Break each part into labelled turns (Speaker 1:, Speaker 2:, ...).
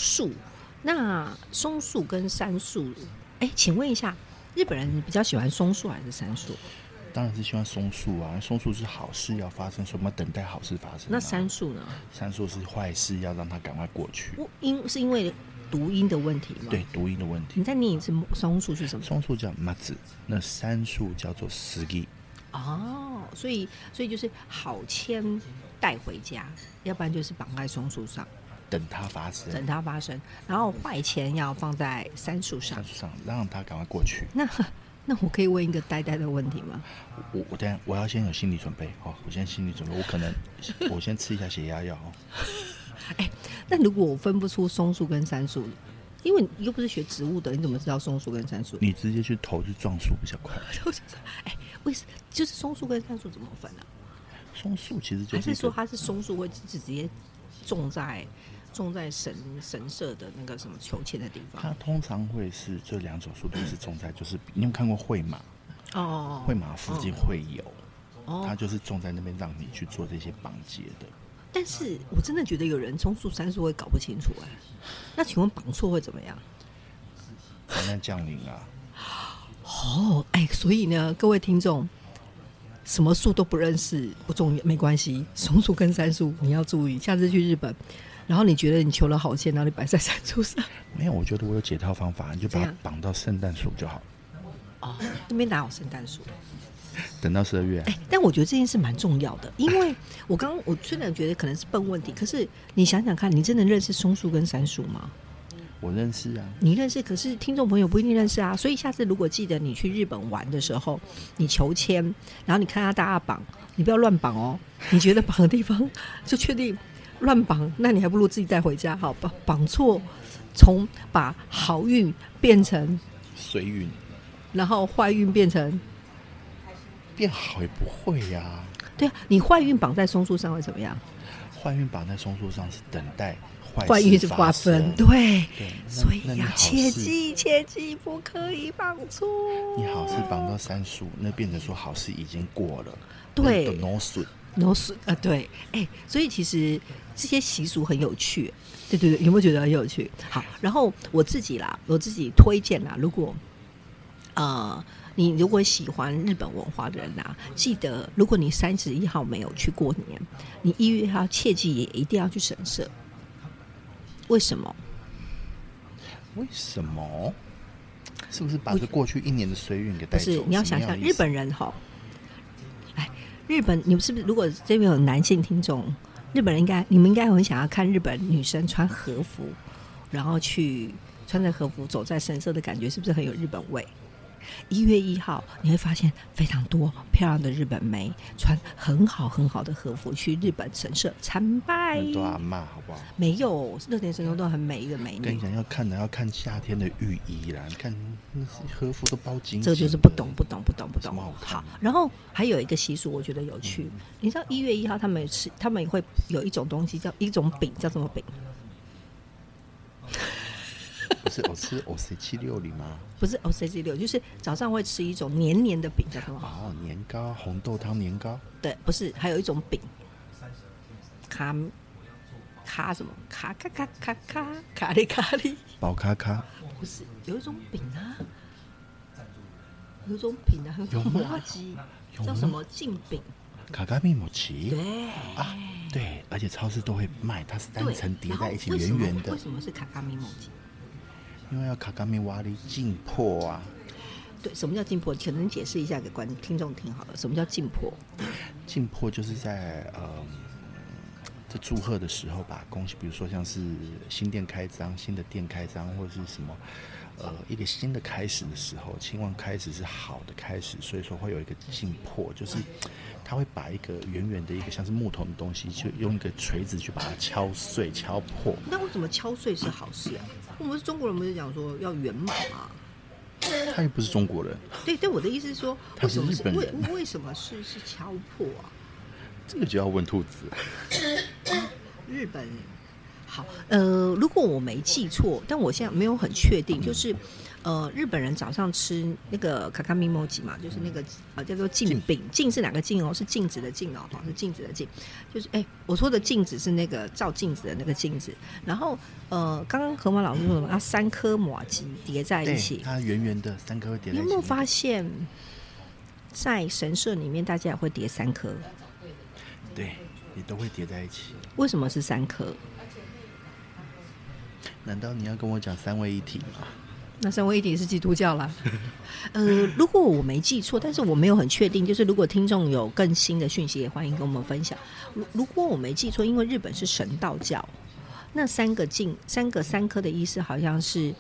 Speaker 1: 树，那松树跟杉树，请问一下，日本人比较喜欢松树还是杉树？
Speaker 2: 当然是希望松树啊，松树是好事要发生，所以我们等待好事发生。
Speaker 1: 那杉树呢？
Speaker 2: 杉树是坏事，要让它赶快过去。
Speaker 1: 是因为读音的问题吗？
Speaker 2: 对，读音的问题。
Speaker 1: 你再念一次，松树是什么？
Speaker 2: 松树叫麻子，那杉树叫做スギ。
Speaker 1: 哦，所以就是好签带回家，要不然就是绑在松树上，
Speaker 2: 等它发生，
Speaker 1: 然后坏签要放在杉树上，
Speaker 2: 让它赶快过去。
Speaker 1: 那我可以问一个呆呆的问题吗？
Speaker 2: 我等一下我要先有心理准备哦，我先心理准备，我可能我先吃一下血压药哦。
Speaker 1: 那如果我分不出松树跟杉树，因为你又不是学植物的，你怎么知道松树跟杉树？
Speaker 2: 你直接去投去撞树比较快。
Speaker 1: 为什么就是松树跟杉树怎么分啊？
Speaker 2: 松树其实就是
Speaker 1: 还是说它是松树会直接种在神社的那个什么求签的地方？
Speaker 2: 它通常会是这两种树都是种在，就是你有看过会马？会马附近会有，它就是种在那边，让你去做这些绑结的。
Speaker 1: 但是我真的觉得有人松树杉树会搞不清楚那请问绑错会怎么样？
Speaker 2: 灾难降临啊！
Speaker 1: 所以呢，各位听众，什么树都不认识不重要，没关系，松树跟杉树你要注意，下次去日本。然后你觉得你求了好签，然后你摆在杉树上？没
Speaker 2: 有，我觉得我有解套方法，你就把它绑到圣诞树就好了。
Speaker 1: 那边哪有圣诞树？
Speaker 2: 等到12月。
Speaker 1: 但我觉得这件事蛮重要的，因为我虽然觉得可能是笨问题，可是你想想看，你真的认识松树跟杉树吗？
Speaker 2: 我认识啊。
Speaker 1: 你认识，可是听众朋友不一定认识啊。所以下次如果记得你去日本玩的时候，你求签，然后你看大家绑，你不要乱绑哦。你觉得绑的地方就确定乱绑，那你还不如自己带回家好。绑错，从把好运变成
Speaker 2: 随运，
Speaker 1: 然后坏运变
Speaker 2: 好也不会呀。
Speaker 1: 对啊，你坏运绑在松树上会怎么样？
Speaker 2: 坏运绑在松树上是等待
Speaker 1: 坏运是发生，对，所以要切记不可以绑错。
Speaker 2: 你好事绑到杉树，那变成说好事已经过了，
Speaker 1: 对
Speaker 2: ，no 损
Speaker 1: 对，所以其实这些习俗很有趣，对，有没有觉得很有趣？好，然后我自己推荐啦，如果你如果喜欢日本文化的人记得如果你31号没有去过年，你1月1号切记也一定要去神社。为什么？
Speaker 2: 是不是把这过去1年的衰运给带走？不是，
Speaker 1: 你要想想日本人日本，你们是不是如果这边有男性听众，日本人你们应该很想要看日本女生穿和服，然后去穿着和服走在神社的感觉，是不是很有日本味？1月1号你会发现非常多漂亮的日本妹穿很好的和服去日本神社参拜。
Speaker 2: 很多阿嬷好不好？
Speaker 1: 没有，热田神社都很美的美女。
Speaker 2: 跟你讲，要看夏天的浴衣啦，你看和服都包紧紧的，
Speaker 1: 这就是不懂。好，然后还有一个习俗我觉得有趣，你知道1月1号他们会有一种东西叫一种饼，叫什么饼？
Speaker 2: 不是我吃 OC76 吗？
Speaker 1: 不是 OC76，就是早上会吃一种黏的饼，叫什么？
Speaker 2: 年糕，红豆汤年糕。
Speaker 1: 对，不是，还有一种饼，卡什么？卡哩，
Speaker 2: 宝卡卡。
Speaker 1: 不是，有一种饼有麻糬，叫什么镜饼？
Speaker 2: 卡卡米莫奇。
Speaker 1: 对
Speaker 2: 对，而且超市都会卖，它是单层叠在一起，圆圆的。
Speaker 1: 为什么是卡卡米莫奇？
Speaker 2: 因为要卡卡米瓦里浸破啊。
Speaker 1: 对，什么叫浸破？可能解释一下给听众听好了。什么叫浸破？
Speaker 2: 浸破就是在这祝贺的时候把恭喜，比如说像是新店开张、新的店开张，或者是什么一个新的开始的时候，期望开始是好的开始，所以说会有一个浸破，就是他会把一个圆圆的一个像是木头的东西，就用一个锤子去把它敲碎、敲破。
Speaker 1: 那为什么敲碎是好事啊？我们是中国人，不是讲说要圆满吗？
Speaker 2: 他又不是中国人。
Speaker 1: 对，我的意思是说，
Speaker 2: 他是日本人。
Speaker 1: 为什么是敲破啊？
Speaker 2: 这个就要问兔子。
Speaker 1: 日本好，如果我没记错，但我现在没有很确定，就是日本人早上吃那个卡卡米莫吉嘛，就是那个叫做镜饼，镜是哪个镜哦？是镜子的镜哦，是镜子的镜，就是我说的镜子是那个照镜子的那个镜子。然后刚刚河马老师说什么？要3颗麻糬叠在一起，
Speaker 2: 它圆圆的3颗叠在一起。
Speaker 1: 你有没有发现，在神社里面大家也会叠3颗？
Speaker 2: 对，也都会叠在一起。
Speaker 1: 为什么是3颗？
Speaker 2: 难道你要跟我讲3位一体吗？
Speaker 1: 那3位一体是基督教啦。如果我没记错，但是我没有很确定，就是如果听众有更新的讯息，也欢迎跟我们分享。如果我没记错，因为日本是神道教，那3颗的意思好像是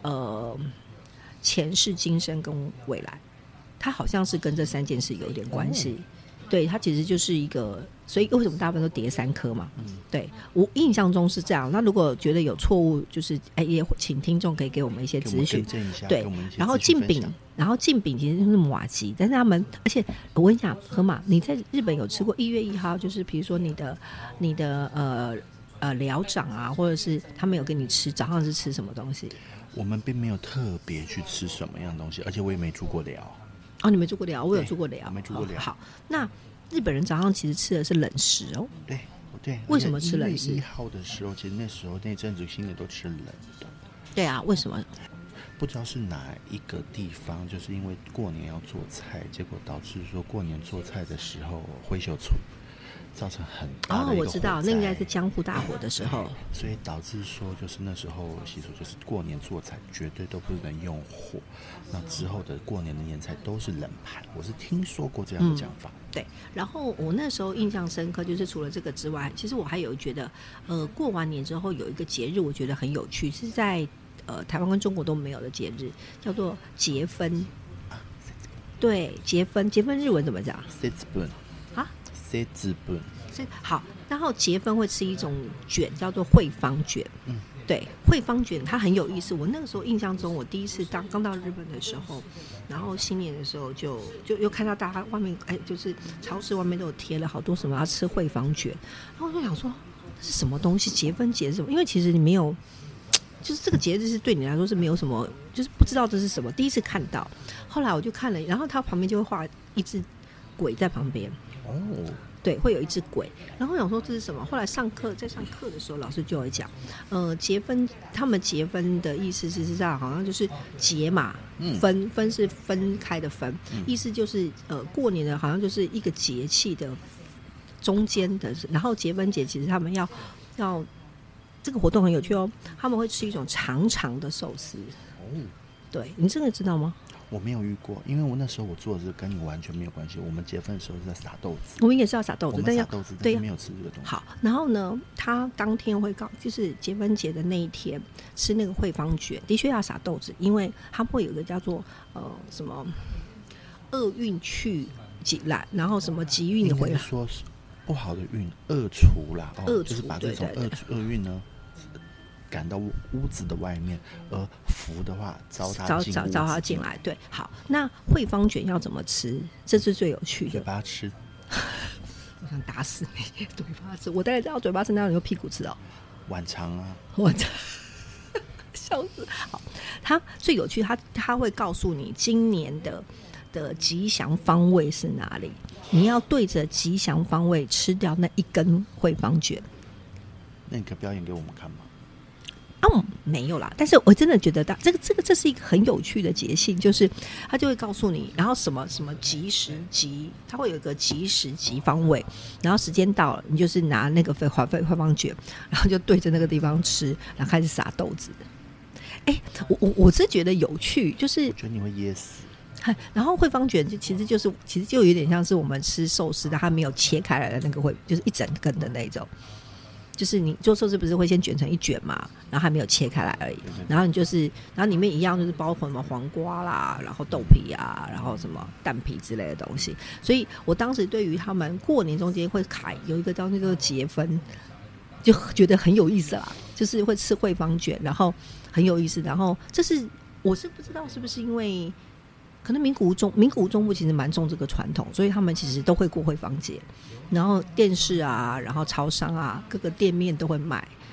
Speaker 1: 前世今生跟未来，它好像是跟这3件事有点关系。对，它其实就是一个，所以为什么大部分都叠3颗嘛？对，我印象中是这样。那如果觉得有错误，就是也请听众可以给我们一些资讯。对，然后镜饼其实就是麻糬，但是他们，而且我跟你讲，河马，你在日本有吃过1月1号，就是比如说你的寮长啊，或者是他们有跟你吃，早上是吃什么东西？
Speaker 2: 我们并没有特别去吃什么样东西，而且我也没住过寮。
Speaker 1: 哦，你没住过寮，我有住过寮，
Speaker 2: 我没住过寮。
Speaker 1: 好，那日本人早上其实吃的是冷食哦。
Speaker 2: 对，
Speaker 1: 为什么吃冷食？1
Speaker 2: 月1号的时候，其实那时候那阵子心里都吃冷的。
Speaker 1: 对啊，为什么？
Speaker 2: 不知道是哪一个地方，就是因为过年要做菜，结果导致说过年做菜的时候灰熊醋，造成很大的一个火灾。
Speaker 1: 我知道，那应该是江户大火的时候，
Speaker 2: 所以导致说就是那时候习俗就是过年做菜绝对都不能用火，那之后的过年的年菜都是冷盘，我是听说过这样的讲法。
Speaker 1: 对，然后我那时候印象深刻，就是除了这个之外，其实我还有觉得，过完年之后有一个节日，我觉得很有趣，是在台湾跟中国都没有的节日，叫做节分。对，节分日文怎么讲？
Speaker 2: 节分
Speaker 1: 啊，
Speaker 2: 节分。
Speaker 1: 好，然后节分会吃一种卷，叫做惠方卷。对，惠方卷它很有意思。我那个时候印象中，我第一次刚到日本的时候，然后新年的时候就又看到大家外面就是超市外面都有贴了好多什么要吃惠方卷，然后我就想说这是什么东西？节分节是什么？因为其实你没有，就是这个节日是对你来说是没有什么，就是不知道这是什么。第一次看到，后来我就看了，然后它旁边就会画一只鬼在旁边。对，会有一只鬼，然后我想说这是什么？后来在上课的时候，老师就会讲，节分，他们节分的意思是这样，好像就是节嘛，分是分开的分，意思就是过年的好像就是一个节气的中间的，然后节分节其实他们要这个活动很有趣哦，他们会吃一种长长的寿司。对，你真的知道吗？
Speaker 2: 我没有遇过，因为我那时候我做的是跟你完全没有关系。我们节分的时候是在撒豆子，
Speaker 1: 我们也是要撒豆子，
Speaker 2: 但撒豆子，但是没有吃这个东西。
Speaker 1: 好，然后呢，他当天会就是节分节的那一天吃那个惠方卷，的确要撒豆子，因为他们会有一个叫做什么厄运去吉来，然后什么吉运回来，
Speaker 2: 说是不好的运恶除啦，就是把这种厄运呢赶到屋子的外面，而福的話招他进来。
Speaker 1: 对，好，那惠方卷要怎么吃？这是最有趣的。
Speaker 2: 嘴巴吃。
Speaker 1: 我想打死你！嘴巴吃，我大概知道嘴巴吃，那样你用屁股吃哦。
Speaker 2: 晚肠啊，
Speaker 1: 晚肠，笑死！好，它最有趣，它会告诉你今年的吉祥方位是哪里，你要对着吉祥方位吃掉那一根惠方卷。
Speaker 2: 那你可以表演给我们看吗？
Speaker 1: 没有啦，但是我真的觉得这是一个很有趣的节庆，就是他就会告诉你，然后什么什么吉时吉，他会有一个吉时吉方位，然后时间到了，你就是拿那个惠方卷，然后就对着那个地方吃，然后开始撒豆子。我是觉得有趣，就是
Speaker 2: 我觉得你会噎死。
Speaker 1: 然后惠方卷其实就有点像是我们吃寿司的，它没有切开来的那个就是一整根的那种。就是你做寿司不是会先卷成一卷嘛，然后还没有切开来而已，然后然后里面一样就是包括什么黄瓜啦，然后豆皮啊，然后什么蛋皮之类的东西。所以我当时对于他们过年中间会有一个东西叫做节分，就觉得很有意思啦，就是会吃惠方卷，然后很有意思。然后我是不知道是不是因为可能名古屋中部其实蛮重这个传统，所以他们其实都会过惠方节，然后电视啊，然后超商啊，各个店面都会卖。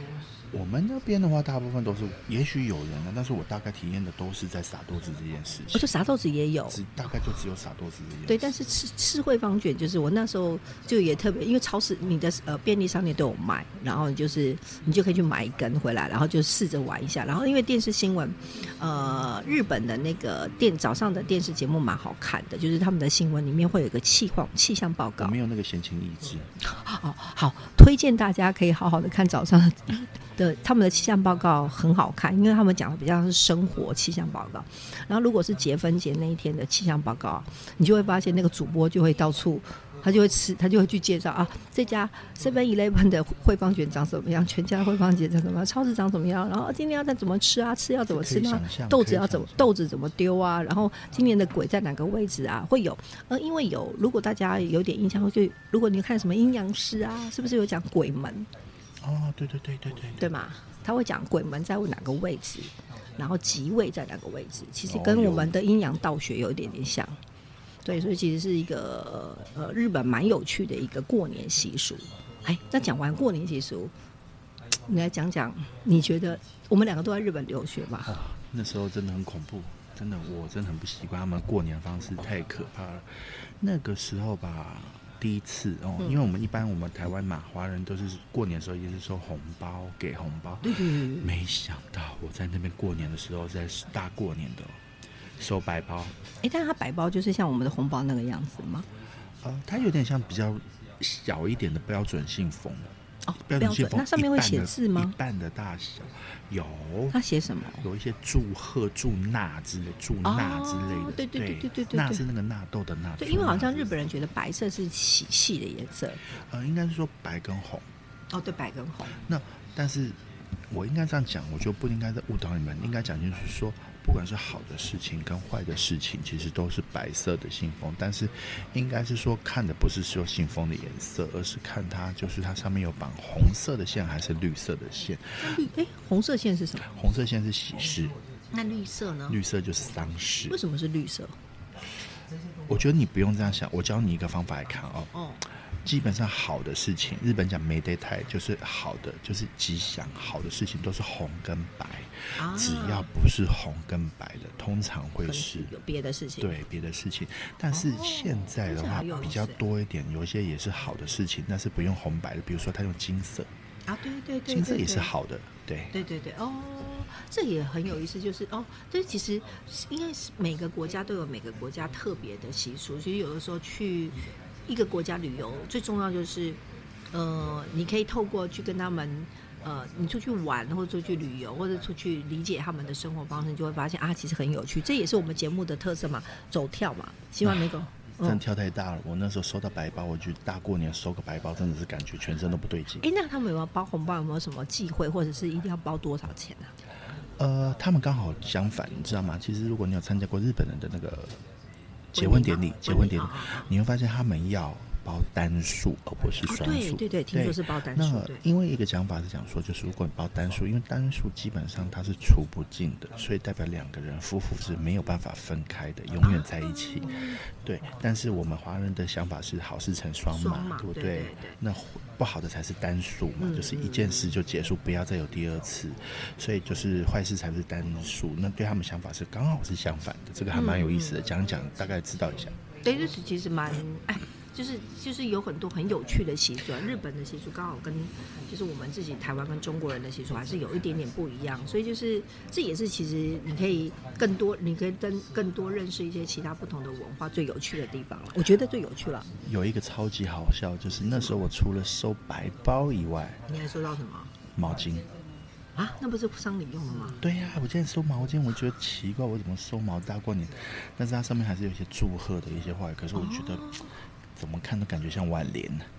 Speaker 2: 我们那边的话，大部分都是，也许有人呢，但是我大概体验的都是在撒豆子这件事情。
Speaker 1: 就撒豆子也有，
Speaker 2: 大概就只有撒豆子这件事。
Speaker 1: 对，但是吃汇芳卷，就是我那时候就也特别，因为超市你的便利商店都有卖，然后你就可以去买一根回来，然后就试着玩一下。然后因为电视新闻，日本的那个早上的电视节目蛮好看的，就是他们的新闻里面会有一个气象报告。
Speaker 2: 我没有那个闲情逸致。
Speaker 1: 好，推荐大家可以好好的看早上的他们的气象报告，很好看，因为他们讲的比较是生活气象报告。然后如果是节分节那一天的气象报告，你就会发现那个主播就会到处，他就会去介绍啊，这家 7-Eleven 的汇芳卷长什么样，全家汇芳卷长什么样，超市长怎么样，然后今天要怎么吃啊，吃要怎么吃呢？豆子怎么丢啊？然后今年的鬼在哪个位置啊？会有因为如果大家有点印象，就如果你看什么阴阳师啊，是不是有讲鬼门？
Speaker 2: 哦，对，
Speaker 1: 对嘛？他会讲鬼门在哪个位置，然后吉位在哪个位置，其实跟我们的阴阳道学有一点点像。对，所以其实是一个日本蛮有趣的一个过年习俗。那讲完过年习俗，你来讲讲，你觉得我们两个都在日本留学嘛？
Speaker 2: 那时候真的很恐怖，真的我真的很不习惯他们过年方式，太可怕了。那个时候吧。第一次因为我们台湾嘛，华人都是过年的时候一定是收红包，给红包。
Speaker 1: 对，
Speaker 2: 没想到我在那边过年的时候，在大过年的收白包。
Speaker 1: 但是它白包就是像我们的红包那个样子吗？
Speaker 2: 它有点像比较小一点的标准信封。
Speaker 1: 标准信封那上面会写字吗？
Speaker 2: 一半的大小有。
Speaker 1: 它写什么？
Speaker 2: 有一些祝贺、祝纳之类的。
Speaker 1: 对，
Speaker 2: 纳是那个纳豆的纳。
Speaker 1: 对，因为好像日本人觉得白色是喜气的颜色。
Speaker 2: 应该是说白跟红。
Speaker 1: 对，白跟红。
Speaker 2: 但是我应该这样讲，我就不应该在误导你们，应该讲清楚说，不管是好的事情跟坏的事情，其实都是白色的信封，但是应该是说看的不是说信封的颜色，而是看它就是它上面有绑红色的线还是绿色的线。
Speaker 1: 红色线是什么？
Speaker 2: 红色线是喜事。
Speaker 1: 那绿色呢？
Speaker 2: 绿色就是丧事。
Speaker 1: 为什么是绿色？
Speaker 2: 我觉得你不用这样想，我教你一个方法来看基本上好的事情，日本讲めでたい，就是好的，就是吉祥，好的事情都是红跟白。只要不是红跟白的，通常会是
Speaker 1: 有别的事情。
Speaker 2: 对，别的事情。但是现在的话比较多一点，有一些也是好的事情，但是不用红白的，比如说他用金色。
Speaker 1: 对，
Speaker 2: 金色也是好的。对，
Speaker 1: 这也很有意思，就是这其实应该是每个国家都有每个国家特别的习俗。其实有的时候去一个国家旅游，最重要就是你可以透过去跟他们你出去玩或者出去旅游或者出去理解他们的生活方式，你就会发现其实很有趣。这也是我们节目的特色嘛，走跳嘛，希望那个
Speaker 2: 真的跳太大了。我那时候收到白包，我觉得大过年收个白包真的是感觉全身都不对劲。
Speaker 1: 那他们有没有包红包？有没有什么忌讳，或者是一定要包多少钱啊？
Speaker 2: 他们刚好相反，你知道吗？其实如果你有参加过日本人的那个结婚典礼，你会发现他们要包单数而不是双数。
Speaker 1: 对，听说是包单数。
Speaker 2: 因为一个讲法是讲说，就是如果你包单数，因为单数基本上它是除不尽的，所以代表两个人夫妇是没有办法分开的，永远在一起。对，但是我们华人的想法是好事成双嘛，对不对？那不好的才是单数嘛，就是一件事就结束，不要再有第二次。所以就是坏事才是单数。那对他们想法是刚好是相反的，这个还蛮有意思的，讲大概知道一下。
Speaker 1: 对，就是其实蛮就是有很多很有趣的习俗，日本的习俗刚好跟就是我们自己台湾跟中国人的习俗还是有一点点不一样，所以就是这也是其实你可以更多认识一些其他不同的文化最有趣的地方了。我觉得最有趣了。有
Speaker 2: 一个超级好笑，就是那时候我除了收白包以外，
Speaker 1: 你还收到什么？
Speaker 2: 毛巾。
Speaker 1: 那不是丧礼用的吗？
Speaker 2: 对呀，我今天收毛巾，我觉得奇怪，我怎么收毛大过年？但是它上面还是有一些祝贺的一些话，可是我觉得怎么看都感觉像挽联呢，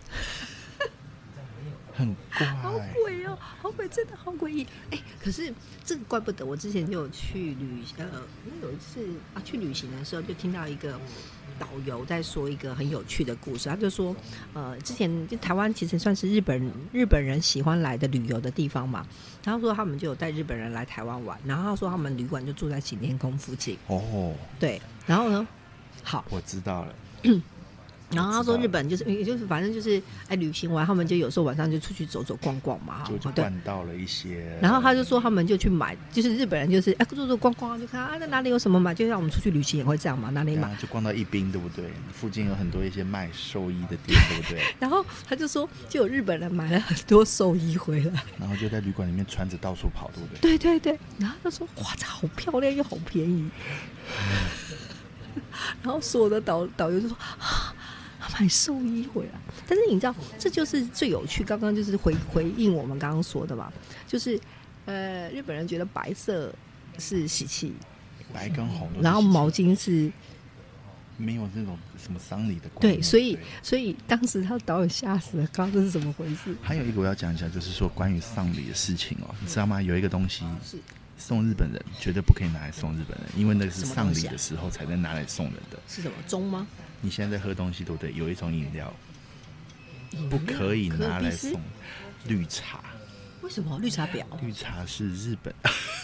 Speaker 2: 很怪，
Speaker 1: 好诡哦，好诡，真的好诡异。可是这个怪不得，我之前就有去有一次去旅行的时候，就听到一个导游在说一个很有趣的故事。他就说，之前就台湾其实算是日本人喜欢来的旅游的地方嘛。然后说他们就有带日本人来台湾玩，然后他说他们旅馆就住在行天宫附近。对，然后呢，好，
Speaker 2: 我知道了。
Speaker 1: 然后他说日本就是反正就是旅行完他们就有时候晚上就出去走走逛逛嘛，
Speaker 2: 就逛到了一些，
Speaker 1: 然后他就说他们就去买，就是日本人就是走走逛逛就看在哪里有什么买，就像我们出去旅行也会这样嘛，哪里买
Speaker 2: 就逛到一滨对不对？附近有很多一些卖寿衣的店对不对？
Speaker 1: 然后他就说就有日本人买了很多寿衣回来，
Speaker 2: 然后就在旅馆里面穿着到处跑对不对？
Speaker 1: 对，然后他说哇这好漂亮又好便宜，然后所有的导游就说他买寿衣回来，但是你知道这就是最有趣，刚刚就是回应我们刚刚说的嘛，就是日本人觉得白色是喜气，
Speaker 2: 白跟红，
Speaker 1: 然后毛巾是
Speaker 2: 没有那种什么丧礼的观
Speaker 1: 对，
Speaker 2: 念，
Speaker 1: 所以当时他导演吓死了，刚刚这是怎么回事？
Speaker 2: 还有一个我要讲一下，就是说关于丧礼的事情你知道吗？有一个东西送日本人绝对不可以拿来送日本人，因为那个是丧礼的时候才能拿来送人的。
Speaker 1: 是什么钟吗？
Speaker 2: 你现在在喝东西对不对？有一种饮料不可以拿来送绿茶。
Speaker 1: 为什么绿茶婊？
Speaker 2: 绿茶是日本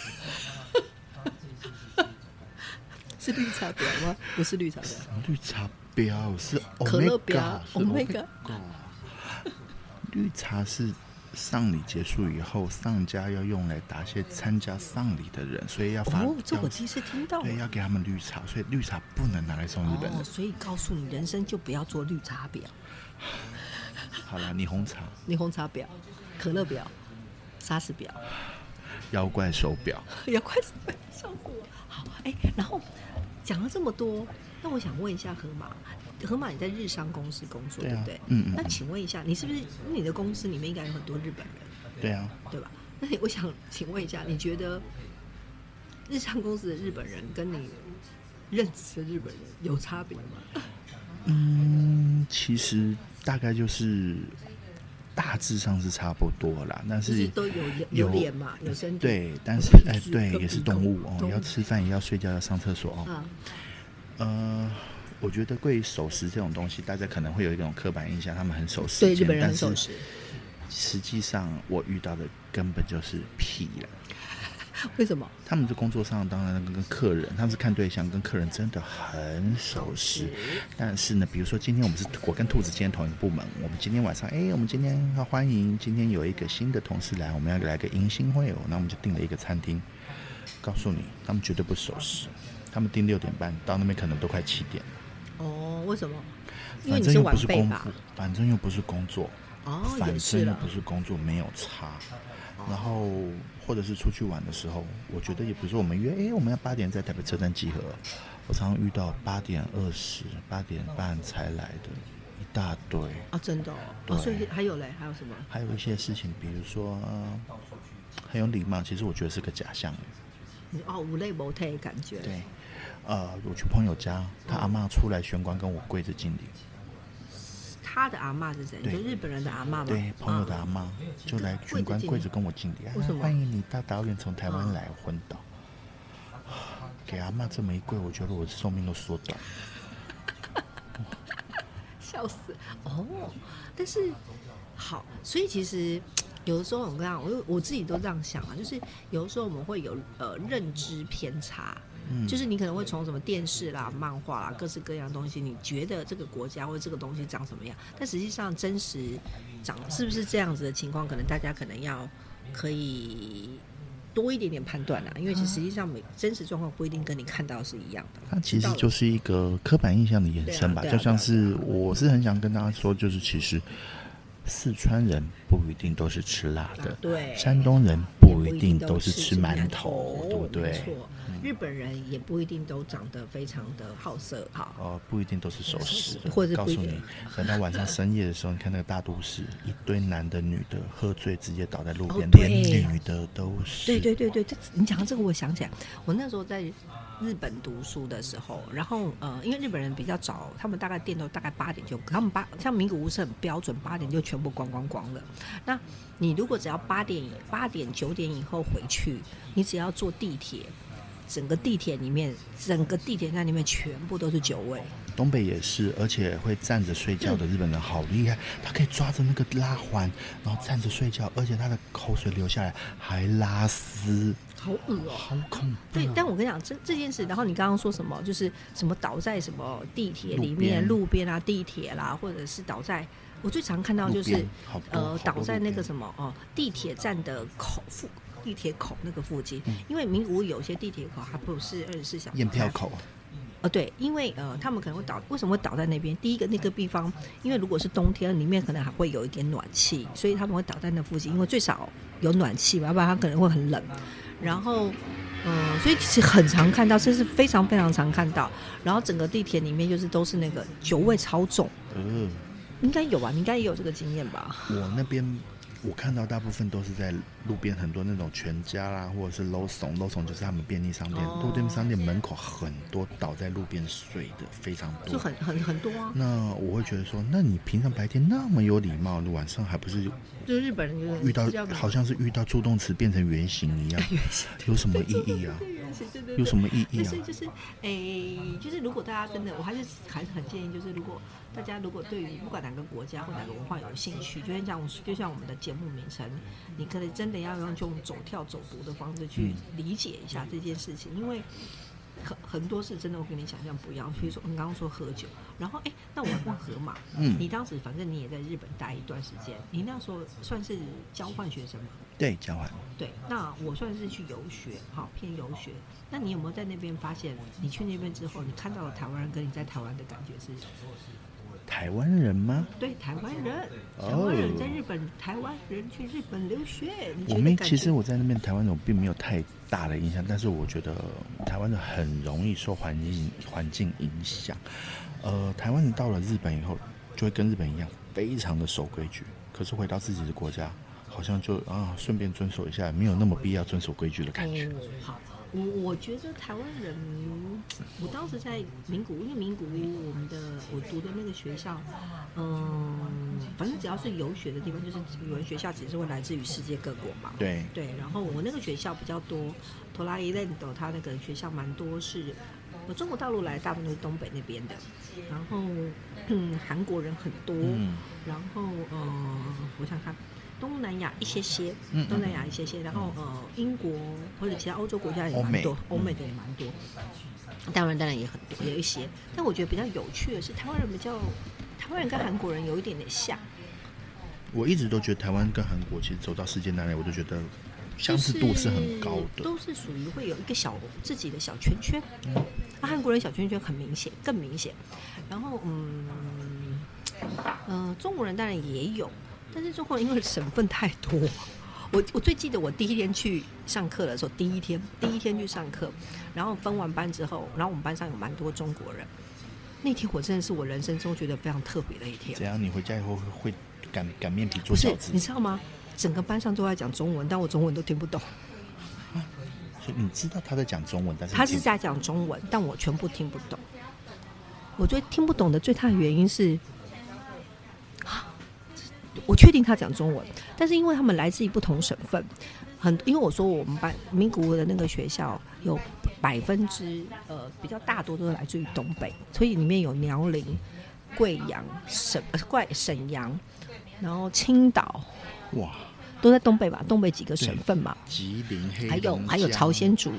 Speaker 1: 是绿茶婊吗？不是绿茶婊，
Speaker 2: 绿茶婊是
Speaker 1: 可乐婊 ，Omega。
Speaker 2: 绿茶是丧礼结束以后，丧家要用来答谢参加丧礼的人，所以要发
Speaker 1: 这我第一次听到。
Speaker 2: 对，要给他们绿茶，所以绿茶不能拿来送日本人。
Speaker 1: 所以告诉你，人生就不要做绿茶婊。
Speaker 2: 好了，霓虹茶
Speaker 1: 婊，可乐婊，莎士婊，
Speaker 2: 妖怪手表，
Speaker 1: 妖怪手表，笑死我！好，然后讲了这么多，那我想问一下河马，你在日商公司工作， 对不对？那请问一下，你是不是你的公司里面应该有很多日本人？
Speaker 2: 对啊，
Speaker 1: 对吧？那我想请问一下，你觉得日商公司的日本人跟你认识的日本人有差别吗？
Speaker 2: 其实大概就是大致上是差不多啦，但是
Speaker 1: 都有脸嘛，有身体，
Speaker 2: 对，但是对，也是动物要吃饭，也要睡觉，要上厕所我觉得对于守时这种东西，大家可能会有一种刻板印象，他们很守时间，
Speaker 1: 对，日本人很守时。
Speaker 2: 实际上，我遇到的根本就是屁了。
Speaker 1: 为什么？
Speaker 2: 他们在工作上当然跟客人，他们是看对象，跟客人真的很守时。但是呢，比如说今天我跟兔子今天同一个部门，我们今天晚上，我们今天要欢迎今天有一个新的同事来，我们要来个迎新会那我们就订了一个餐厅。告诉你，他们绝对不守时，他们订6点半，到那边可能都快7点了。
Speaker 1: 为什么？因为你是晚辈吧？
Speaker 2: 反正又不是工作，反正又不是工作，没有差。然后或者是出去玩的时候，我觉得也不是说我们约我们要8点在台北车站集合，我常常遇到8点20、8点半才来的一大堆
Speaker 1: 真的所以还有嘞，还有什么？
Speaker 2: 还有一些事情，比如说很有礼貌，其实我觉得是个假象
Speaker 1: 无类无退的感觉。
Speaker 2: 对，我去朋友家，他阿嬷出来玄关跟我跪着敬礼。
Speaker 1: 他的阿嬷是谁？就日本人的阿嬷吗？
Speaker 2: 对，朋友的阿嬷就来玄关跪着跟我敬礼。
Speaker 1: 为什么？
Speaker 2: 欢迎你大导演从台湾来，昏倒。给阿嬷这么一跪，我觉得我的寿命都缩短。
Speaker 1: 笑死但是好，所以其实有的时候我跟你讲，我自己都这样想就是有的时候我们会有认知偏差。就是你可能会从什么电视啦、漫画啦、各式各样的东西，你觉得这个国家或者这个东西长什么样，但实际上真实长是不是这样子的情况，可能大家可能可以多一点点判断啦，因为实际上真实状况不一定跟你看到是一样的。
Speaker 2: 它其实就是一个刻板印象的延伸吧，就像是我是很想跟大家说，就是其实四川人不一定都是吃辣的，
Speaker 1: 对，
Speaker 2: 山东人不一定都是吃馒头，对不对？
Speaker 1: 没错，日本人也不一定都长得非常的好色，
Speaker 2: 不一定都是守时，
Speaker 1: 或者
Speaker 2: 告诉你，等到晚上深夜的时候，你看那个大都市，一堆男的女的喝醉直接倒在路边，连女的都是。对，
Speaker 1: 你讲到这个，我想起来，我那时候在日本读书的时候，然后因为日本人比较早，他们大概店都大概8点就，他们像名古屋是很标准，8点就全部关光了。那你如果只要8点9点以后回去，你只要坐地铁整个地铁里面，整个地铁站里面全部都是酒味。
Speaker 2: 东北也是，而且会站着睡觉的日本人好厉害，他可以抓着那个拉环，然后站着睡觉，而且他的口水流下来还拉丝，
Speaker 1: 好恶哦、
Speaker 2: 好恐怖。
Speaker 1: 对，但我跟你讲，这件事，然后你刚刚说什么，就是什么倒在什么地铁里面、路边啊、地铁啦，或者是倒在，我最常看到就是倒在那个什么地铁站的地铁口那个附近，因为名古屋有些地铁口它不是24小时
Speaker 2: 验票口。
Speaker 1: 对，因为他们可能会为什么会倒在那边？第一个那个地方，因为如果是冬天，里面可能还会有一点暖气，所以他们会倒在那附近，因为最少有暖气嘛，要不然它可能会很冷。然后，所以其实很常看到，这是非常非常常看到。然后整个地铁里面就是都是那个酒味超重。应该有吧？你应该也有这个经验吧？
Speaker 2: 我那边我看到大部分都是在路边，很多那种全家啦，或者是 Lawson 就是他们便利商店，路边商店门口很多倒在路边睡的，非常多，
Speaker 1: 就很多啊。
Speaker 2: 那我会觉得说，那你平常白天那么有礼貌，你晚上还不是
Speaker 1: 就是日本人就是
Speaker 2: 遇到好像是遇到助动词变成原形一样，有什么意义啊？有什么意义啊？
Speaker 1: 就是如果大家真的，我还是很建议，就是如果大家如果对于不管哪个国家或哪个文化有兴趣，就像我们的节目名称，你可能真的要用这种走跳走读的方式去理解一下这件事情，因为很多事真的我跟你想象不一样。比如说你刚刚说喝酒，然后那我问河马，你当时反正你也在日本待一段时间，你那时候算是交换学生吗？
Speaker 2: 对，交换。
Speaker 1: 对，那我算是去游学，偏游学。那你有没有在那边发现，你去那边之后，你看到了台湾人跟你在台湾的感觉是？
Speaker 2: 台湾人吗？
Speaker 1: 对，台湾人在日本，台湾人去日本留学。
Speaker 2: 其实我在那边台湾人我并没有太大的影响，但是我觉得台湾人很容易受环境影响。台湾人到了日本以后，就会跟日本一样，非常的守规矩。可是回到自己的国家，好像就顺便遵守一下，没有那么必要遵守规矩的感觉。
Speaker 1: 好。我觉得台湾人，我当时在名古屋，因为名古屋我读的那个学校，反正只要是游学的地方，就是语文学校，只是会来自于世界各国嘛。
Speaker 2: 对。
Speaker 1: 然后我那个学校比较多，托拉伊兰斗，他那个学校蛮多是中国大陆来，大部分都是东北那边的，然后韩国人很多，然后我想看。东南亚一些些，然后英国或者其他欧洲国家也蛮多，欧美的也蛮多，当然也很多，也有一些。但我觉得比较有趣的是，台湾人跟韩国人有一点点像。
Speaker 2: 我一直都觉得台湾跟韩国其实走到世界那里，我都觉得相似度是很高的，
Speaker 1: 都是属于会有一个自己的小圈圈。韩国人小圈圈很明显，更明显。然后中国人当然也有。但是中国人因为省份太多，我最记得我第一天去上课的时候，第一天去上课，然后分完班之后，然后我们班上有蛮多中国人。那天我真的是我人生中觉得非常特别的一天。
Speaker 2: 怎样？你回家以后会擀面皮做饺子？
Speaker 1: 你知道吗？整个班上都在讲中文，但我中文都听不懂。
Speaker 2: 所以你知道他在讲中文，但是
Speaker 1: 他是在讲中文，但我全部听不懂。我最听不懂的最大的原因是。我确定他讲中文，但是因为他们来自于不同省份，因为我说我们班名古屋的那个学校有比较大多都是来自于东北，所以里面有辽宁、贵阳、沈阳，然后青岛，哇，都在东北吧？东北几个省份嘛，
Speaker 2: 吉林、黑龙，
Speaker 1: 还有朝鲜族，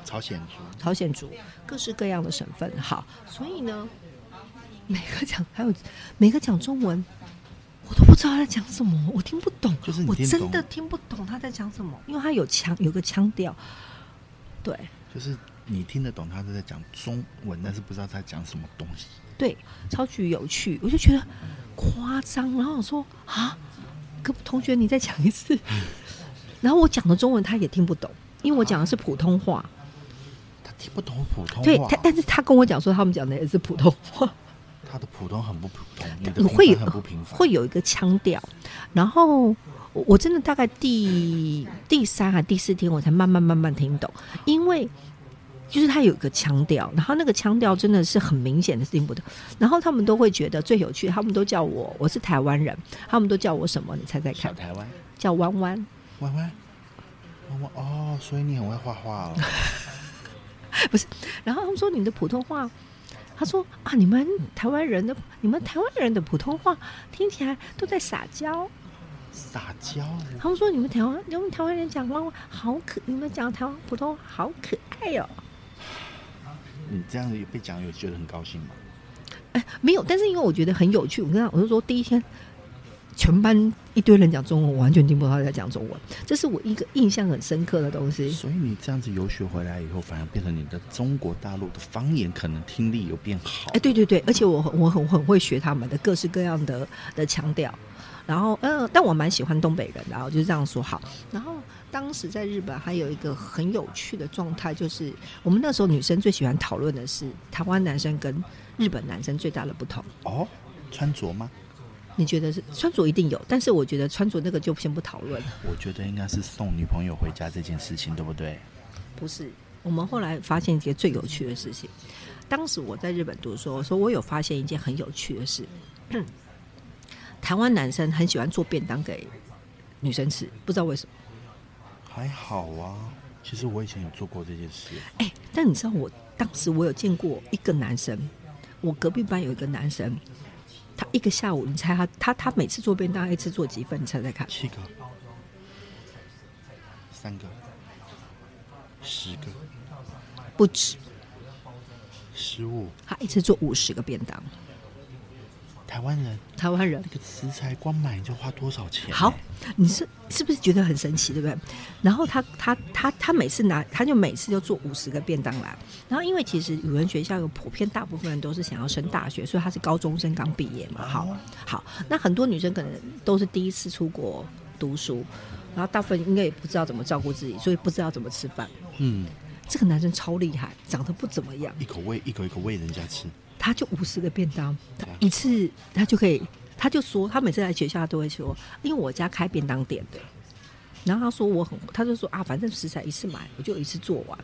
Speaker 1: 各式各样的省份。好，所以呢，每个讲中文。我都不知道他在讲什么，我听不懂，我真的听不懂他在讲什么，因为他有个腔调，对，
Speaker 2: 就是你听得懂他是在讲中文，但是不知道他在讲什么东西，
Speaker 1: 对，超级有趣，我就觉得夸张，然后我说同学你再讲一次，然后我讲的中文他也听不懂，因为我讲的是普通话，
Speaker 2: 他听不懂普通话，
Speaker 1: 对，但是他跟我讲说他们讲的也是普通话。
Speaker 2: 他的普通很不普通，你的平凡很不平凡，
Speaker 1: 会有一个腔调。然后我真的大概第3还第4天我才慢慢听懂，因为就是他有一个腔调，然后那个腔调真的是很明显的听不懂。然后他们都会觉得最有趣，他们都叫我是台湾人，他们都叫我什么？你猜猜看？
Speaker 2: 小台湾
Speaker 1: 叫弯弯。
Speaker 2: 弯弯哦，所以你很会画画哦。
Speaker 1: 不是，然后他们说你的普通话，他说啊，你们台湾人的普通话听起来都在撒娇。
Speaker 2: 撒娇，
Speaker 1: 他们说你们台湾人讲话好可，你们讲台湾普通话好可爱哦。
Speaker 2: 你这样被讲有觉得很高兴吗？
Speaker 1: 没有，但是因为我觉得很有趣，我就说第一天全班一堆人讲中文，我完全听不到他在讲中文，这是我一个印象很深刻的东西。
Speaker 2: 所以你这样子游学回来以后，反而变成你的中国大陆的方言可能听力有变好。
Speaker 1: 对对对，而且我很会学他们的各式各样的腔调。然后但我蛮喜欢东北人的，我就是这样说好。然后当时在日本还有一个很有趣的状态，就是我们那时候女生最喜欢讨论的是台湾男生跟日本男生最大的不同。
Speaker 2: 哦，穿着吗？
Speaker 1: 你觉得是穿着一定有，但是我觉得穿着那个就先不讨论。
Speaker 2: 我觉得应该是送女朋友回家这件事情，对不对？
Speaker 1: 不是，我们后来发现一件最有趣的事情。当时我在日本读书，我说我有发现一件很有趣的事。台湾男生很喜欢做便当给女生吃，不知道为什么。
Speaker 2: 还好啊，其实我以前有做过这件事。
Speaker 1: 但你知道当时我有见过一个男生，我隔壁班有一个男生，他一个下午，你猜他每次做便当一次做几份？你猜猜看
Speaker 2: ？7个、3个、10个，
Speaker 1: 不止
Speaker 2: 15。
Speaker 1: 他一次做50个便当。台湾人
Speaker 2: 那个食材光买就花多少钱？
Speaker 1: 好，你是不是觉得很神奇，对不对？然后他每次他就每次就做50个便当来。然后因为其实语文学校有普遍大部分人都是想要升大学，所以他是高中生刚毕业嘛。好，那很多女生可能都是第一次出国读书，然后大部分应该也不知道怎么照顾自己，所以不知道怎么吃饭。这个男生超厉害，长得不怎么样，
Speaker 2: 一口喂人家吃。
Speaker 1: 他就50个便当，他一次他就可以，他就说他每次来学校他都会说，因为我家开便当店的，然后他说他就说啊，反正食材一次买，我就一次做完。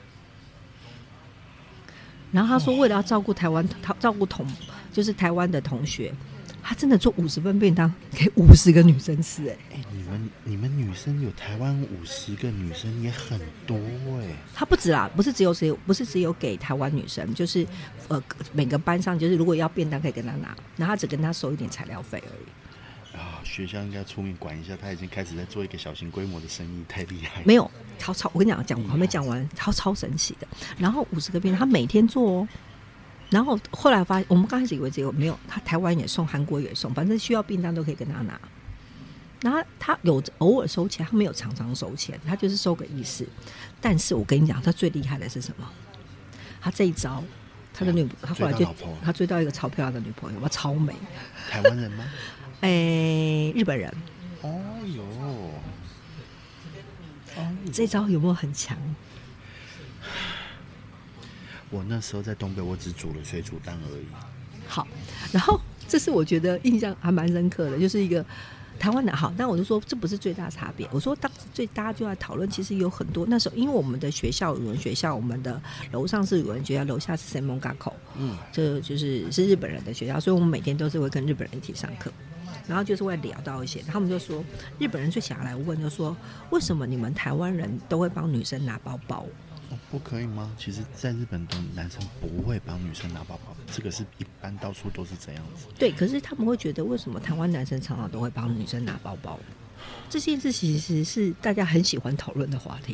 Speaker 1: 然后他说为了要照顾就是台湾的同学，他真的做50份便当给50个女生吃。
Speaker 2: 你们女生有台湾50个女生也很多。
Speaker 1: 他不止啦，不是只有给台湾女生，就是每个班上就是如果要便当可以跟他拿，然后他只跟他收一点材料费而已。
Speaker 2: 学校应该出面管一下，他已经开始在做一个小型规模的生意，太厉害了。
Speaker 1: 没有超，我跟你讲我还没讲完，超神奇的。然后50个便当他每天做哦。然后后来发现，我们刚开始以为只有没有，他台湾也送，韩国也送，反正需要便当都可以跟他拿。然后他有偶尔收钱，他没有常常收钱，他就是收个意思。但是我跟你讲，他最厉害的是什么？他这一招，他后来他追到一个超漂亮的女朋友，超美。
Speaker 2: 台湾人吗？
Speaker 1: 日本人。这招有没有很强？
Speaker 2: 我那时候在东北，我只煮了水煮蛋而已。
Speaker 1: 好，然后这是我觉得印象还蛮深刻的，就是一个台湾的。好，但我就说这不是最大差别。我说当时大家就在讨论，其实有很多那时候，因为我们的学校语文学校，我们的楼上是语文学校，楼下是 Senmon Gakko，这就是日本人的学校，所以我们每天都是会跟日本人一起上课。然后就是会聊到一些，他们就说日本人最想要来问，就说为什么你们台湾人都会帮女生拿包包？
Speaker 2: 不可以吗？其实在日本的男生不会帮女生拿包包，这个是一般到处都是这样子。
Speaker 1: 对，可是他们会觉得为什么台湾男生常常都会帮女生拿包包？这件事其实是大家很喜欢讨论的话题。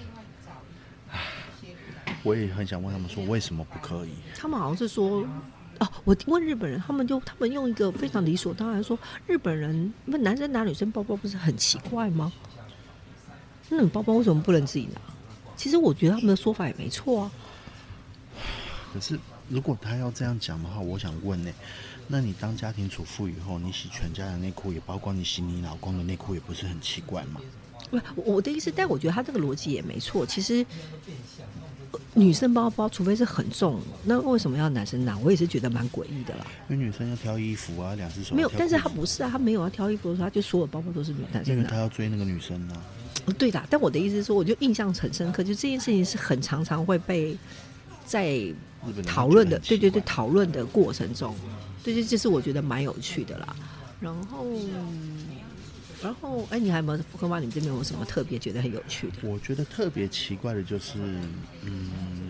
Speaker 2: 我也很想问他们说为什么不可以？
Speaker 1: 他们好像是说我问日本人，他们用一个非常理所当然说，日本人男生拿女生包包不是很奇怪吗？那你包包为什么不能自己拿？其实我觉得他们的说法也没错啊。
Speaker 2: 可是如果他要这样讲的话，我想问那你当家庭主妇以后，你洗全家的内裤，也包括你洗你老公的内裤，也不是很奇怪吗？
Speaker 1: 我的意思，但我觉得他这个逻辑也没错。其实女生包包除非是很重，那为什么要男生拿？我也是觉得蛮诡异的啦。
Speaker 2: 因为女生要挑衣服啊，两只手
Speaker 1: 没有，但是他不是啊，他没有要挑衣服的时候，他就所有包包都是男生拿，
Speaker 2: 因为他要追那个女生啊。
Speaker 1: 对的，但我的意思是说，我就印象很深刻，就这件事情是很常会被在讨论的，对，讨论的过程中，对，这是我觉得蛮有趣的啦。然后，你还有没有分发？你们这边有什么特别觉得很有趣的？
Speaker 2: 我觉得特别奇怪的就是，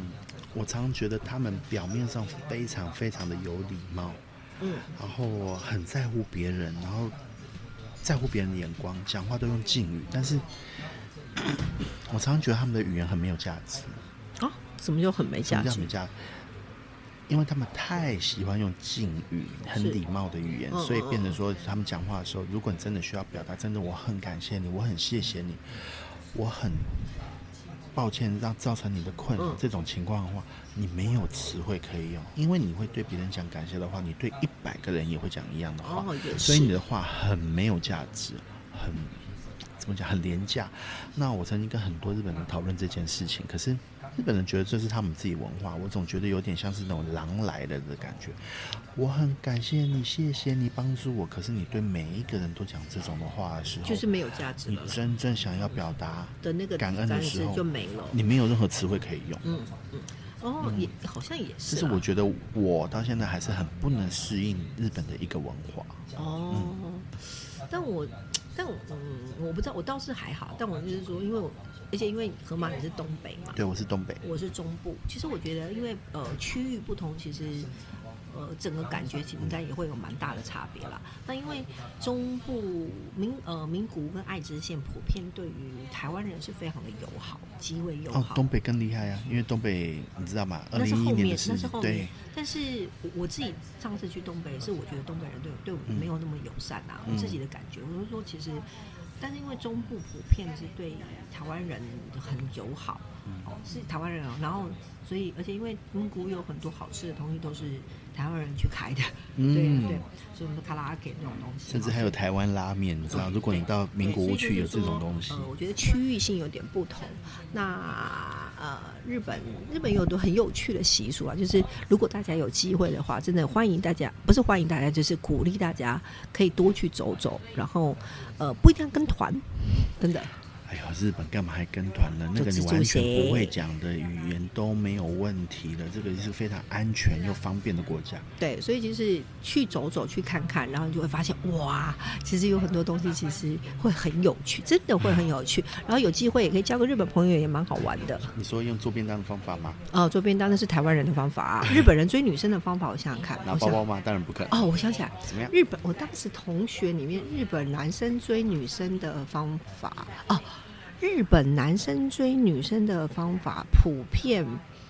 Speaker 2: 我常常觉得他们表面上非常非常的有礼貌，然后很在乎别人，然后在乎别人的眼光，讲话都用敬语，但是我常常觉得他们的语言很没有价值。
Speaker 1: 啊？什么就很没价值？
Speaker 2: 因为他们太喜欢用敬语，很礼貌的语言，所以变成说他们讲话的时候，如果你真的需要表达，真的我很感谢你，我很谢谢你，我很抱歉让造成你的困扰，这种情况的话，你没有词汇可以用，因为你会对别人讲感谢的话，你对100个人也会讲一样的话，所以你的话很没有价值，很怎么讲，很廉价。那我曾经跟很多日本人讨论这件事情，可是日本人觉得这是他们自己文化，我总觉得有点像是那种狼来了的感觉。我很感谢你，谢谢你帮助我，可是你对每一个人都讲这种的话的时候，
Speaker 1: 就是没有价值了。
Speaker 2: 你真正想要表达
Speaker 1: 的那个
Speaker 2: 感恩的时候
Speaker 1: 就没了，
Speaker 2: 你没有任何词汇可以用。
Speaker 1: 也好像也是。
Speaker 2: 这是我觉得我到现在还是很不能适应日本的一个文化。
Speaker 1: 但我不知道，我倒是还好。但我就是说，而且因为河马你是东北嘛，
Speaker 2: 对，我是东北，
Speaker 1: 我是中部。其实我觉得，因为区域不同，其实整个感觉应该也会有蛮大的差别啦。那因为中部名古屋跟爱知县普遍对于台湾人是非常的友好，极为友好。
Speaker 2: 东北更厉害啊，因为东北你知道吗
Speaker 1: ？2011
Speaker 2: 年的事，
Speaker 1: 那是后面。
Speaker 2: 对。
Speaker 1: 但是我自己上次去东北是，我觉得东北人对我没有那么友善啊。我自己的感觉，我就说其实。但是因为中部普遍是对台湾人很友好，是台湾人，然后所以而且因为名古屋有很多好吃的东西都是台湾人去开的，对，所以我们的卡拉 OK 那种东西，
Speaker 2: 甚至还有台湾拉面，你知道？如果你到名古屋去有这种东西，
Speaker 1: 我觉得区域性有点不同。那日本有很多很有趣的习俗啊，就是如果大家有机会的话，真的欢迎大家，不是欢迎大家，就是鼓励大家可以多去走走，然后不一定要跟团，真的。
Speaker 2: 哎呦，日本干嘛还跟团呢？那个你完全不会讲的语言都没有问题的，这个是非常安全又方便的国家。
Speaker 1: 对，所以就是去走走去看看，然后你就会发现哇，其实有很多东西其实会很有趣，真的会很有趣。然后有机会也可以交个日本朋友，也蛮好玩的。
Speaker 2: 你说用做便当的方法吗？
Speaker 1: 做便当那是台湾人的方法啊。日本人追女生的方法，我想想看，
Speaker 2: 拿包包吗？当然不可能。
Speaker 1: 我想起来，
Speaker 2: 怎么样？
Speaker 1: 我当时同学里面，日本男生追女生的方法日本男生追女生的方法普遍，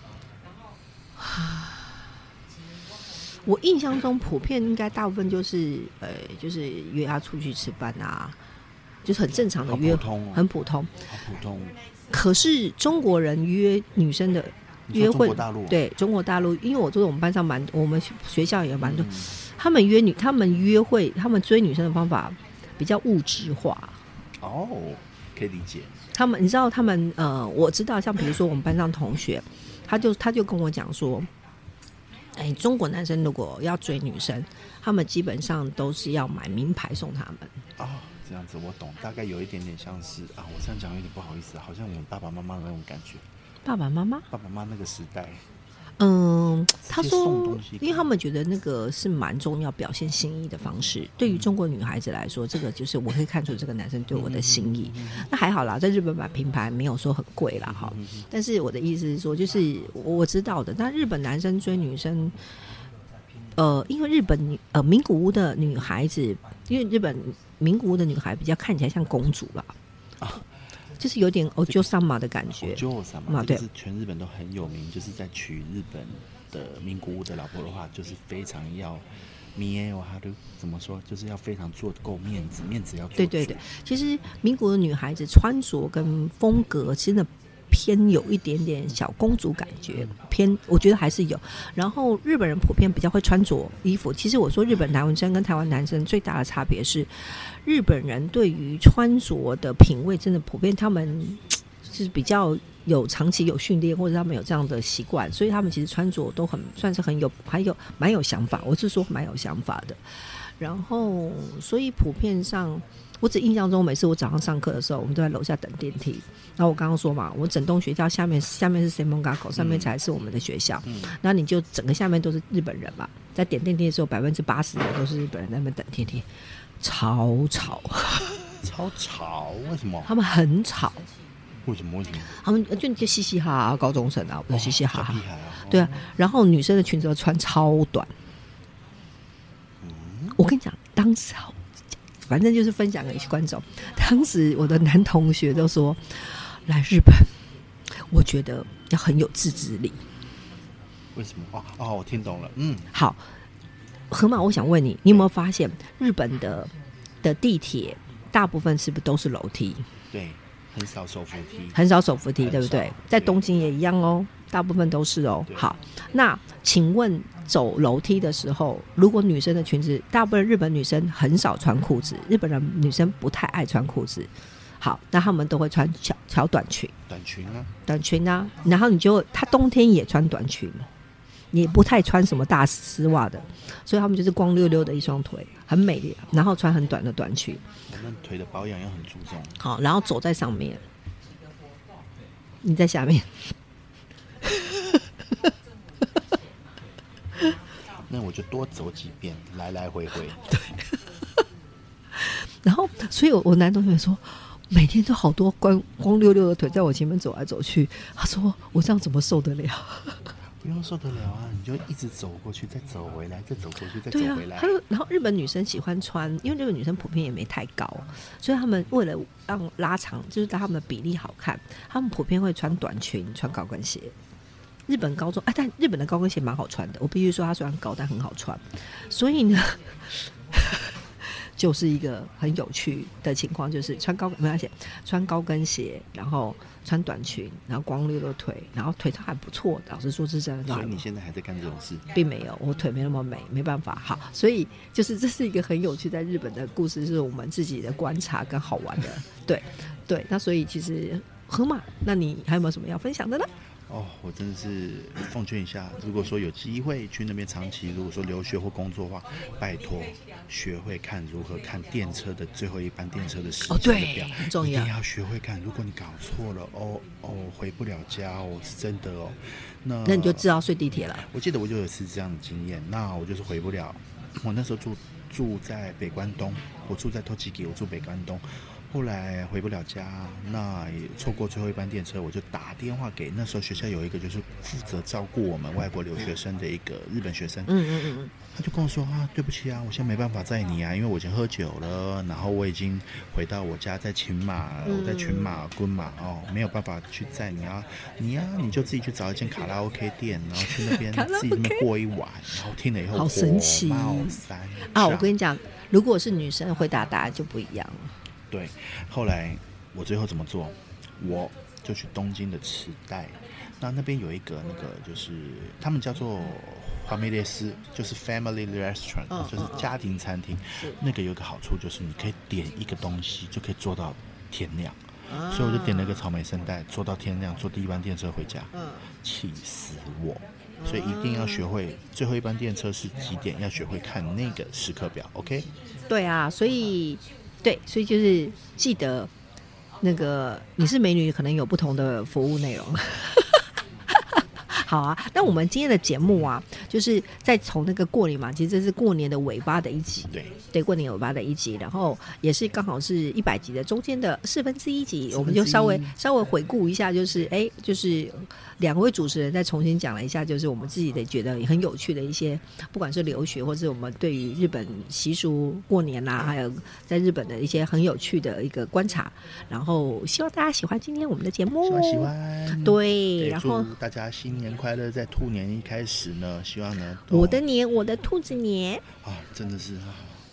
Speaker 1: 我印象中普遍应该大部分就是约他出去吃饭啊，就是很正常的约，很普通。可是中国人约女生的约会，对中国大陆，因为我我们班上我们学校也蛮多，他们约会，他们追女生的方法比较物质化。
Speaker 2: 可以理解。
Speaker 1: 你知道他们我知道，像比如说我们班上同学，他就跟我讲说，中国男生如果要追女生，他们基本上都是要买名牌送他们。
Speaker 2: 这样子我懂，大概有一点点像是我这样讲有点不好意思，好像我们爸爸妈妈的那种感觉。爸爸妈妈那个时代。
Speaker 1: 他说，因为他们觉得那个是蛮重要表现心意的方式。对于中国女孩子来说，这个就是我可以看出这个男生对我的心意。那还好啦，在日本买名牌没有说很贵啦，哈。但是我的意思是说，就是我知道的，那日本男生追女生，因为日本名古屋的女孩子，因为日本名古屋的女孩比较看起来像公主啦。就是有点欧洲桑玛的感觉，
Speaker 2: 对，是全日本都很有名。就是在娶日本的名古屋的老婆的话，就是非常要怎么说，就是要非常做够面子要做足。对，
Speaker 1: 其实名古屋的女孩子穿着跟风格真的偏有一点点小公主感觉，我觉得还是有。然后日本人普遍比较会穿着衣服。其实我说日本男生跟台湾男生最大的差别是，日本人对于穿着的品味真的普遍，他们是比较长期有训练，或者他们有这样的习惯，所以他们其实穿着都算是蛮有想法。我是说蛮有想法的。然后所以普遍上，我只印象中每次我早上上课的时候，我们都在楼下等电梯。然后我刚刚说嘛，我整栋学校下面是 Seimon Gakko， 上面才是我们的学校。然后你就整个下面都是日本人嘛，在点电梯的时候80%的都是日本人在那边等电梯，超吵。
Speaker 2: 超吵？为什么？
Speaker 1: 他们很吵。
Speaker 2: 为什么？
Speaker 1: 他们就嘻嘻哈哈，高中生啊，我就嘻嘻哈哈。对啊，
Speaker 2: 哦，
Speaker 1: 然后女生的裙子都穿超短。我跟你讲，当时反正就是分享给观众。当时我的男同学都说，来日本，我觉得要很有自制力。
Speaker 2: 为什么？哦，我听懂了。
Speaker 1: 好，河马，我想问你，你有没有发现日本的地铁大部分是不是都是楼梯？
Speaker 2: 对，很少手扶梯，
Speaker 1: 很少手扶梯，对不对？在东京也一样哦，大部分都是哦。好，那请问走楼梯的时候，如果女生的裙子，大部分日本女生很少穿裤子，日本人女生不太爱穿裤子。好，那他们都会穿小短裙，短裙啊，然后他冬天也穿短裙，也不太穿什么大丝袜的，所以他们就是光溜溜的一双腿，很美丽，然后穿很短的短裙。
Speaker 2: 那腿的保养要很注重。
Speaker 1: 好，然后走在上面，你在下面。
Speaker 2: 那我就多走几遍，来来回回。
Speaker 1: 对。然后，所以我男同学说，每天都好多光溜溜的腿在我前面走来走去。他说：“我这样怎么受得了？”
Speaker 2: 不用受得了啊，你就一直走过去，再走回来，再走过去，再走回来。
Speaker 1: 然后日本女生喜欢穿，因为日本女生普遍也没太高，所以他们为了让拉长，就是让他们的比例好看，他们普遍会穿短裙，穿高跟鞋。日本高中但日本的高跟鞋蛮好穿的，我必须说它虽然高但很好穿，所以呢就是一个很有趣的情况，就是穿高跟鞋，然后穿短裙，然后光溜溜腿，然后腿上还不错，老实说是真的。
Speaker 2: 所以你现在还在干这种事？
Speaker 1: 并没有，我腿没那么美，没办法。好，所以就是这是一个很有趣在日本的故事，是我们自己的观察跟好玩的。对，那所以其实河马，那你还有没有什么要分享的呢？
Speaker 2: 我真的是奉劝一下，如果说有机会去那边长期，如果说留学或工作的话，拜托学会看如何看电车的最后一班电车的时间的表，
Speaker 1: 很重要，
Speaker 2: 一定要学会看。如果你搞错了，回不了家是真的那
Speaker 1: 你就知道睡地铁了。
Speaker 2: 我记得我就有一次这样的经验，那我就是回不了。我那时候住在北关东，我住在 Tochigi， 我住北关东。后来回不了家，那也错过最后一班电车，我就打电话给那时候学校有一个就是负责照顾我们外国留学生的一个日本学生，他就跟我说对不起啊，我现在没办法载你啊，因为我已经喝酒了，然后我已经回到我家在群马，我在群马滚马没有办法去载你啊，你就自己去找一间卡拉 OK 店，然后去那边自己那边过一晚，然后听了以后
Speaker 1: 好神奇我跟你讲，如果是女生回答答案就不一样了。
Speaker 2: 对，后来我最后怎么做？我就去东京的池袋，那边有一个那个就是他们叫做华梅列斯，就是 family restaurant，就是家庭餐厅。那个有一个好处就是你可以点一个东西就可以做到天亮，所以我就点了一个草莓圣代，做到天亮，坐第一班电车回家，气死我！所以一定要学会最后一班电车是几点，要学会看那个时刻表。OK？
Speaker 1: 对啊，所以就是记得那个你是美女，可能有不同的服务内容。好啊，那我们今天的节目啊，就是在从那个过年嘛，其实这是过年的尾巴的一集，对，过年尾巴的一集，然后也是刚好是100集的中间的1/4集，我们就稍微回顾一下，就是2位主持人再重新讲了一下，就是我们自己的觉得很有趣的一些，不管是留学或是我们对于日本习俗过年啦，还有在日本的一些很有趣的一个观察，然后希望大家喜欢今天我们的节目，
Speaker 2: 喜欢，
Speaker 1: 对，然后
Speaker 2: 祝大家新年快乐，在兔年一开始呢，希望呢
Speaker 1: 我的年，我的兔子年
Speaker 2: 真的是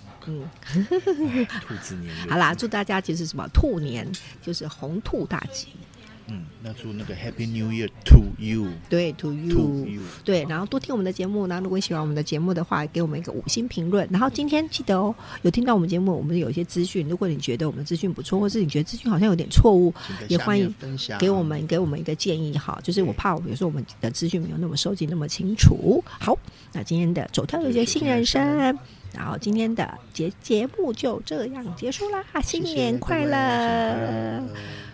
Speaker 2: 兔子年
Speaker 1: 好啦，祝大家就是什么兔年就是红兔大吉。
Speaker 2: 那祝那个 Happy New Year to you，
Speaker 1: 对 to you， 对，然后多听我们的节目，然后如果喜欢我们的节目的话，给我们一个5星评论。然后今天记得有听到我们节目，我们有一些资讯，如果你觉得我们的资讯不错，或是你觉得资讯好像有点错误，也欢迎给我们一个建议哈。就是我怕有时候我们的资讯没有那么收集那么清楚。好，那今天的走跳有些新人生，然后今天的节目就这样结束啦，新年快乐。